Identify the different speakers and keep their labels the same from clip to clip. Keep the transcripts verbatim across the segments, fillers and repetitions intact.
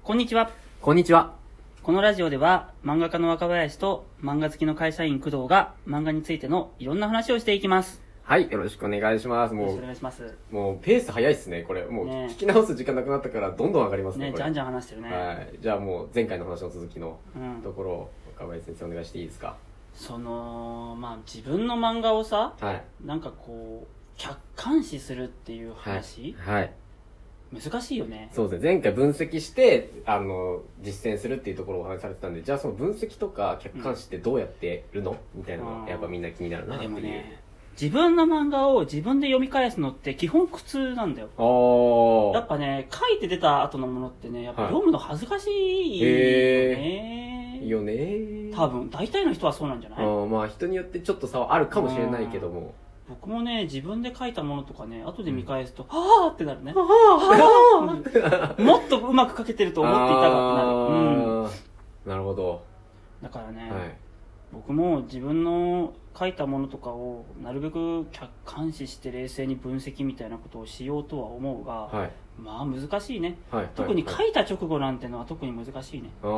Speaker 1: こんにちは。
Speaker 2: こんにちは。
Speaker 1: このラジオでは漫画家の若林と漫画好きの会社員工藤が漫画についてのいろんな話をしていきます。
Speaker 2: はい、よろしくお願いします。もう、
Speaker 1: よろしくお願いします。
Speaker 2: もうペース早いっすね、これ。もう
Speaker 1: ね
Speaker 2: 聞き直す時間なくなったからどんどん上がりますね。
Speaker 1: ね、じゃんじゃん話してるね。
Speaker 2: はい。じゃあもう前回の話の続きの
Speaker 1: うん、
Speaker 2: ところを若林先生お願いしていいですか。
Speaker 1: その、まあ自分の漫画をさ、
Speaker 2: はい。
Speaker 1: なんかこう、客観視するっていう話、
Speaker 2: はい。はい。
Speaker 1: 難しいよね。
Speaker 2: そうですね。前回分析して、あの、実践するっていうところをお話しされてたんで、じゃあその分析とか客観視ってどうやってるの、みたいなのがやっぱみんな気になるなっていう。
Speaker 1: でもね、自分の漫画を自分で読み返すのって基本苦痛なんだよ。
Speaker 2: あ
Speaker 1: やっぱね、書いて出た後のものってね、やっぱ読むの恥ずかしいよね。
Speaker 2: へー。いいよねー。
Speaker 1: 多分、大体の人はそうなんじゃない？
Speaker 2: あまあ人によってちょっと差はあるかもしれないけども。
Speaker 1: 僕もね、自分で書いたものとかね、後で見返すと、うん、はぁーってなるね。はぁーもっとうまく書けてると思っていたがってなる。うん。
Speaker 2: なるほど。
Speaker 1: だからね、
Speaker 2: はい、
Speaker 1: 僕も自分の書いたものとかをなるべく客観視して冷静に分析みたいなことをしようとは思うが、はい、まあ難しいね、はい、特に書いた直後なんてのは特に難しいね。
Speaker 2: あ、うん、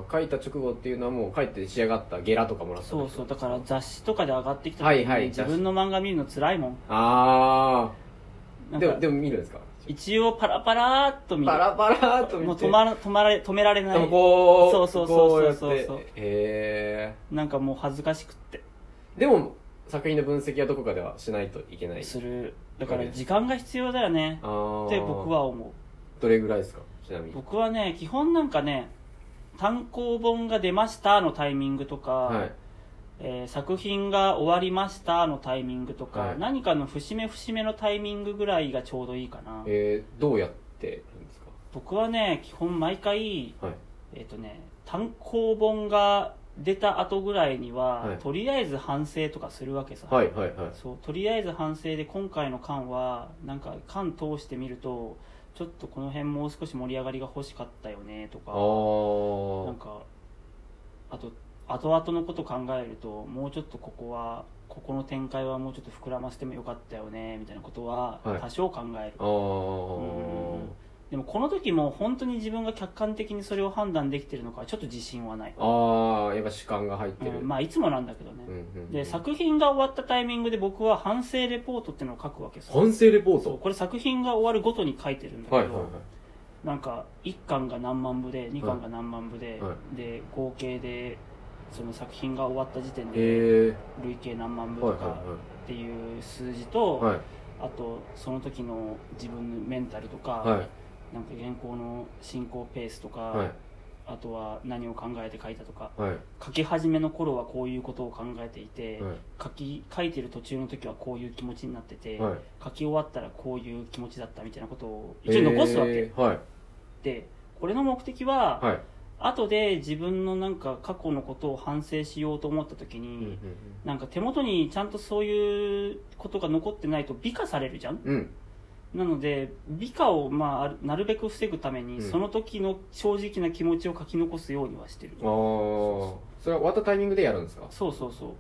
Speaker 2: 書いた直後っていうのはもう書いて仕上がったゲラとかもらった。
Speaker 1: そうそう、だから雑誌とかで上がってきた時に、はいはい、自分の漫画見るの辛いもん。
Speaker 2: ああ、でもでも見るんですか。
Speaker 1: 一応パラパラーっと見る。
Speaker 2: パラパラーっと見て
Speaker 1: もう止まら止まら止められない。
Speaker 2: こう
Speaker 1: そうそうそうそうそう。
Speaker 2: へえ。
Speaker 1: なんかもう恥ずかしくって。
Speaker 2: でも作品の分析はどこかではしないといけない。
Speaker 1: する。だから時間が必要だよね。って僕は思う。
Speaker 2: どれぐらいですか、ちなみに。
Speaker 1: 僕はね、基本なんかね、単行本が出ましたのタイミングとか、はい、えー、作品が終わりましたのタイミングとか、はい、何かの節目節目のタイミングぐらいがちょうどいいかな。
Speaker 2: えー、どうやってるんですか。
Speaker 1: 僕はね、基本毎回、
Speaker 2: はい、
Speaker 1: えっとね、単行本が出た後ぐらいには、はい、とりあえず反省とかするわけさ。
Speaker 2: はいはいはい。
Speaker 1: そう、とりあえず反省で今回の巻はなんか巻通してみるとちょっとこの辺もう少し盛り上がりが欲しかったよねとか、なんかあと後々のこと考えるともうちょっとここはここの展開はもうちょっと膨らませてもよかったよねみたいなことは多少考える。はい、うん、でもこの時も本当に自分が客観的にそれを判断できてるのかちょっと自信はない。
Speaker 2: ああ、やっぱ主観が入ってる、
Speaker 1: うん、まあいつもなんだけどね、うんうんうん、で作品が終わったタイミングで僕は反省レポートっていうのを書くわけです。
Speaker 2: 反省レポート、
Speaker 1: これ作品が終わるごとに書いてるんだけど、
Speaker 2: はいはいはい、
Speaker 1: なんかいっかんが何万部でにかんが何万部で、はい、で合計でその作品が終わった時点で累計何万部とかっていう数字と、はいはいはい、あとその時の自分のメンタルとか、はい、なんか原稿の進行ペースとか、はい、あとは何を考えて書いたとか、はい、書き始めの頃はこういうことを考えていて、はい、書き書いてる途中の時はこういう気持ちになってて、はい、書き終わったらこういう気持ちだったみたいなことを一応残すわけ、えーはい、でこれの目的は、はい、後で自分のなんか過去のことを反省しようと思った時に、うんうんうん、なんか手元にちゃんとそういうことが残ってないと美化されるじゃん、うん、なので美化を、まあ、なるべく防ぐために、うん、その時の正直な気持ちを書き残すようにはしてる。ああ、
Speaker 2: それは終わったタイミングでやるんですか。
Speaker 1: そうそうそう。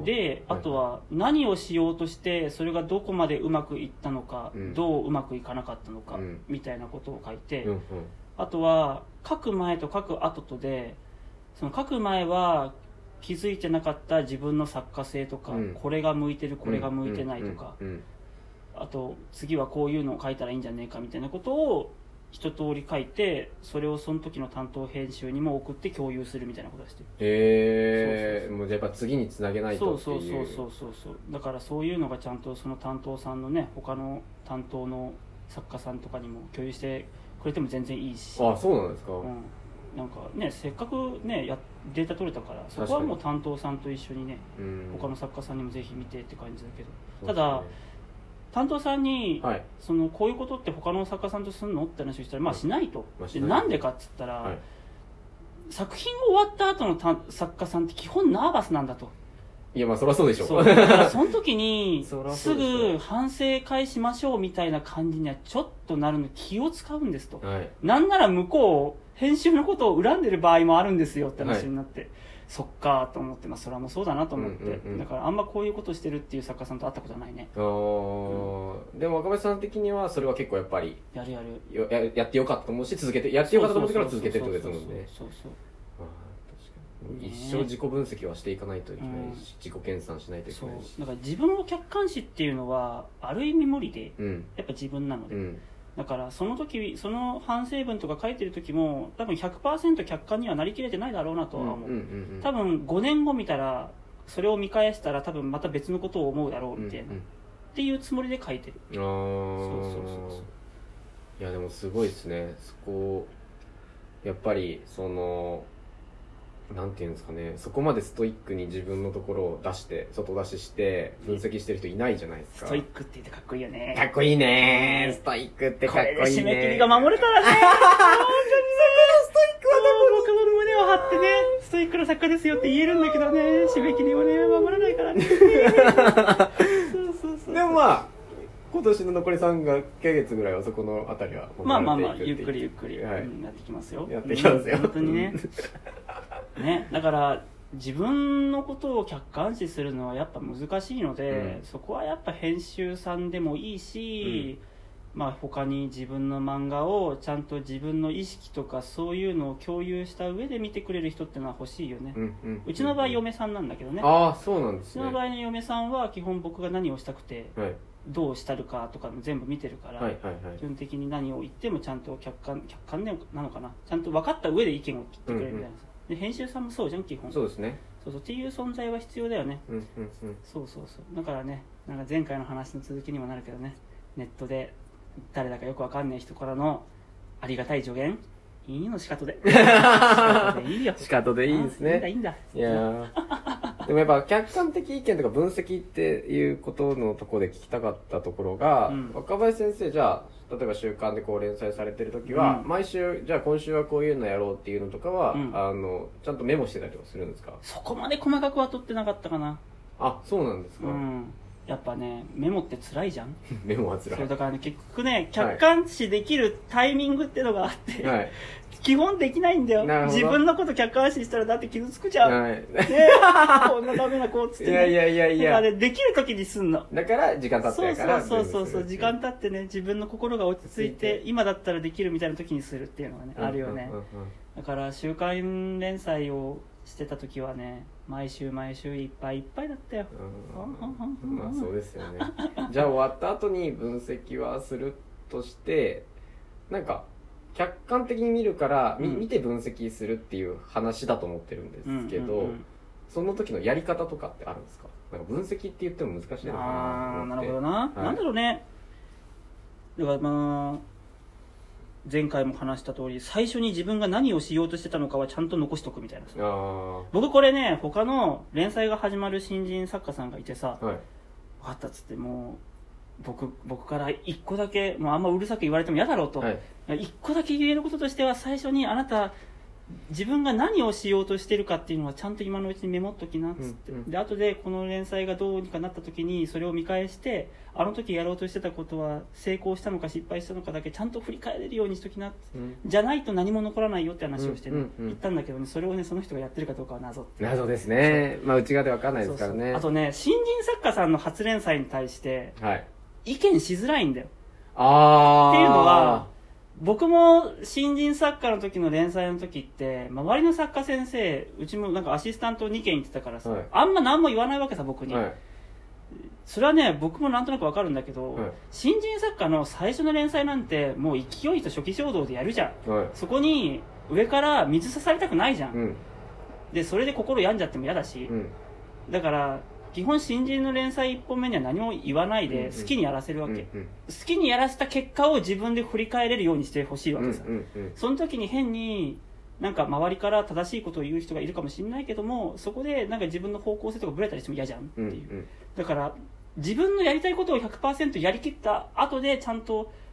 Speaker 1: で、あとは何をしようとしてそれがどこまでうまくいったのか、うん、どううまくいかなかったのか、うん、みたいなことを書いて、うんうん、あとは書く前と書く後とで、その書く前は気づいてなかった自分の作家性とか、うん、これが向いてるこれが向いてないとか、あと次はこういうのを書いたらいいんじゃねえかみたいなことを一通り書いて、それをその時の担当編集にも送って共有するみたいなことをしてる。
Speaker 2: へえ、もうやっぱ次につなげないとっていう。
Speaker 1: そうそうそうそうそう。だからそういうのがちゃんとその担当さんのね、他の担当の作家さんとかにも共有してくれても全然いいし。
Speaker 2: あ、そうなんですか。うん、
Speaker 1: なんかね、せっかくねやデータ取れたから、そこはもう担当さんと一緒にね、他の作家さんにもぜひ見てって感じだけど、ただ担当さんに、はい、そのこういうことって他の作家さんとするのって話をしたら、まあしないと、まあ、しない。でなんでかっつったら、はい、作品が終わった後のた作家さんって基本ナーバスなんだと。
Speaker 2: いや、まあそりゃそうでしょう。
Speaker 1: そうだからその時にすぐ反省会しましょうみたいな感じにはちょっとなるの気を使うんですと、はい、なんなら向こう編集のことを恨んでる場合もあるんですよって話になって、はい、 そっかと思って、まあ、それはもうそうだなと思って、
Speaker 2: うんうんうん、
Speaker 1: だからあんまこういうことしてるっていう作家さんと会ったことはないね。
Speaker 2: あ、うん、でも若林さん的にはそれは結構やっぱり
Speaker 1: やるやる
Speaker 2: や, やってよかったと思うし、続けてやってよかったと思ってから続けてるってことですもんね。
Speaker 1: そうそうそう
Speaker 2: 確かに、ね、一生自己分析はしていかないといけないし、うん、自己研鑽しないといけないし、
Speaker 1: そうだから自分を客観視っていうのはある意味無理で、うん、やっぱ自分なので、うん、だからその時その反省文とか書いてる時も多分 ひゃくパーセント 客観にはなりきれてないだろうなとは思う、うんうんうんうん、多分ごねんご見たらそれを見返したら多分また別のことを思うだろうみたいな、うんうん、っていうつもりで書いてる。ああ、そうそうそうそう。
Speaker 2: いやでもすごいですね。そこやっぱりそのなんていうんですかね、そこまでストイックに自分のところを出して外出しして分析してる人いないじゃないですか。
Speaker 1: ストイックって言ってかっこいいよね。
Speaker 2: かっこいいね、ストイックってかっこいいね。
Speaker 1: これで締め切りが守れたらね。本当にね、ストイックは僕の胸を張ってね、ストイックな作家ですよって言えるんだけどね、締め切りをね守らないからね。そうそうそう。
Speaker 2: でもまあ今年の残りさんかげつぐらいはそこのあたりは
Speaker 1: まあまあまあゆっくりゆっくり、はい、うん、やってきますよ。
Speaker 2: やってきますよ。
Speaker 1: 本当にね。ね、だから自分のことを客観視するのはやっぱ難しいので、うん、そこはやっぱ編集さんでもいいし、うん、まあ他に自分の漫画をちゃんと自分の意識とかそういうのを共有した上で見てくれる人ってのは欲しいよね、うんうんうん、うちの場合嫁さんなんだけどね。
Speaker 2: ああ、そうなんですね。
Speaker 1: うちの場合の嫁さんは基本僕が何をしたくて、はい、どうしたるかとかも全部見てるから、はいはいはい、基本的に何を言ってもちゃんと客観客観なのかな、ちゃんと分かった上で意見を聞ってくれるみたいな、うんうん、で編集さんもそうじゃん基本。
Speaker 2: そうですね。
Speaker 1: そうそうっていう存在は必要だよね、うんうんうん、そうそうそう。だからね、なんか前回の話の続きにもなるけどね、ネットで誰だかよく分かんない人からのありがたい助言いいの、仕方で仕方でいいよ。
Speaker 2: 仕方でいいですね。
Speaker 1: いいんだいいんだ。
Speaker 2: いやでもやっぱ客観的意見とか分析っていうことのところで聞きたかったところが、うん、若林先生じゃあ例えば週刊でこう連載されてる時は、うん、毎週じゃあ今週はこういうのやろうっていうのとかは、うん、あのちゃんとメモしてたりとかするんですか？
Speaker 1: そこまで細かくは取ってなかったかな。
Speaker 2: あ、そうなんですか。うん、
Speaker 1: やっぱねメモって辛いじゃん。
Speaker 2: メモは辛い。
Speaker 1: そうだからね、結局ね客観視できるタイミングってのがあって、はい、基本できないんだよ。自分のこと客観視したらだって傷つくじゃん、はいね、こんなダメな子っつって、ね、
Speaker 2: いやいやいやいや、
Speaker 1: だから、ね、できる時にすんの。
Speaker 2: だから時間経ってるから。
Speaker 1: そうそうそうそう、時間経ってね自分の心が落ち着いて今だったらできるみたいな時にするっていうのがね、うん、あるよね、うんうんうん、だから週刊連載をしてた時はね毎週毎週いっぱいいっぱいだったよ。
Speaker 2: まあそうですよね。じゃあ終わった後に分析はするとしてなんか客観的に見るから、うん、見て分析するっていう話だと思ってるんですけど、うんうんうん、その時のやり方とかってあるんですか？なんか分析って言っても難しいのかな。
Speaker 1: ああ、なるほどな、はい、なんだろうね。だからまあ前回も話した通り最初に自分が何をしようとしてたのかはちゃんと残しとくみたいな。あ、僕これね他の連載が始まる新人作家さんがいてさ、はい、分かったっつってもう僕僕から一個だけもうあんまうるさく言われても嫌だろうと、はい、一個だけ言えることとしては最初にあなた自分が何をしようとしてるかっていうのはちゃんと今のうちにメモっときなっつって、うんうん、で後でこの連載がどうにかなった時にそれを見返してあの時やろうとしてたことは成功したのか失敗したのかだけちゃんと振り返れるようにしときな、うん、じゃないと何も残らないよって話をしてね、うんうんうん、言ったんだけどね、それをねその人がやってるかどうかは謎って
Speaker 2: 謎ですね。まあ内側で分かんないですからね。そうそう、あ
Speaker 1: とね新人作家さんの初連載に対して意見しづらいんだよ、
Speaker 2: はい、
Speaker 1: っていうのは僕も新人作家の時の連載の時って周りの作家先生うちもなんかアシスタントにけん行ってたからさ、はい、あんま何も言わないわけさ僕に、はい、それはね僕もなんとなくわかるんだけど、はい、新人作家の最初の連載なんてもう勢いと初期衝動でやるじゃん、はい、そこに上から水刺されたくないじゃん、うん、でそれで心病んじゃっても嫌だし、うん、だから基本新人の連載いっぽんめには何も言わないで好きにやらせるわけ、うんうん、好きにやらせた結果を自分で振り返れるようにしてほしいわけさ、うんうんうん、その時に変になんか周りから正しいことを言う人がいるかもしれないけどもそこでなんか自分の方向性とかブレたりしても嫌じゃんっていう、うんうん、だから自分のやりたいことを ひゃくパーセント やりきった後でちゃんと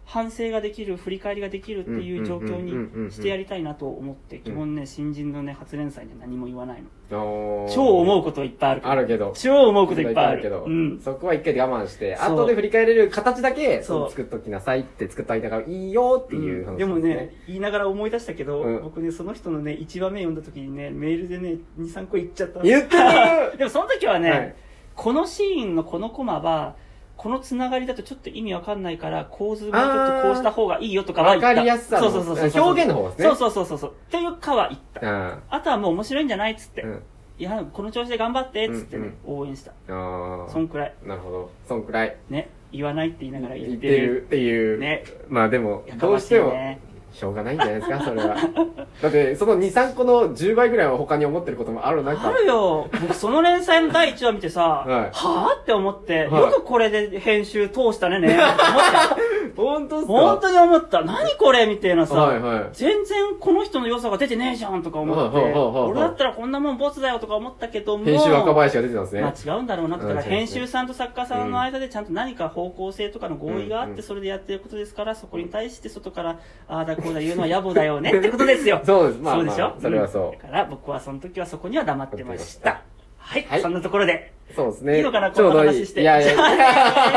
Speaker 1: 反省ができる、振り返りができるっていう状況にしてやりたいなと思って、基本ね、新人のね、初連載で何も言わないの。超思うこといっぱいあるけど。
Speaker 2: あるけど。
Speaker 1: 超思うこといっぱいある
Speaker 2: けど。
Speaker 1: うん。
Speaker 2: そこは一回で我慢して、後で振り返れる形だけ、そう、作っときなさいって作ってあげたからいいよっていう話、
Speaker 1: うん。でもね、言いながら思い出したけど、うん、僕ね、その人のね、いちわめ読んだ時にね、メールでね、に、さんこ言っちゃった。
Speaker 2: 言ってる
Speaker 1: でもその時はね、はい、このシーンのこのコマは、このつながりだとちょっと意味わかんないから、構図もうちょっとこうした方がいいよとかは言った。
Speaker 2: わかりやすさの。
Speaker 1: そうそうそうそう。
Speaker 2: 表現の方ですね。
Speaker 1: そうそうそうそう。っていうかは言った。うん、あとはもう面白いんじゃないっつって。うん、いや、この調子で頑張ってっつってね、うんうん、応援した。あそんくらい。
Speaker 2: なるほど。そんくらい。
Speaker 1: ね。言わないって言いながら言ってる。
Speaker 2: 言ってるっていう。ね。まあでも、どうしても。しょうがないんじゃないですか、それは。だって、そのに、さんこのじゅうばいぐらいは他に思ってることもある中。
Speaker 1: あるよ。僕、その連載のだいいちわ見てさ、はい、はぁって思って、はい、よくこれで編集通したねね。思った。
Speaker 2: 本当っすか？
Speaker 1: 本当に思った。何これみたいなさ、
Speaker 2: はいはい、
Speaker 1: 全然この人の良さが出てねえじゃんとか思って、はいはいはいはい、俺だったらこんなもんボツだよとか思ったけども、
Speaker 2: 編集若林が出てますね。
Speaker 1: まあ違うんだろうなって。だから編集さんと作家さんの間でちゃんと何か方向性とかの合意があって、それでやってることですから、そこに対して外から、ああだこうだ言うのは野暮だよねってことですよ。
Speaker 2: そうです。まあ、
Speaker 1: そうでしょ、ま
Speaker 2: あ、それはそう、
Speaker 1: うん。だから僕はその時はそこには黙ってました。はい。はい、そんなところで。
Speaker 2: そうですね。
Speaker 1: いいのかな、この話して。
Speaker 2: いやいや。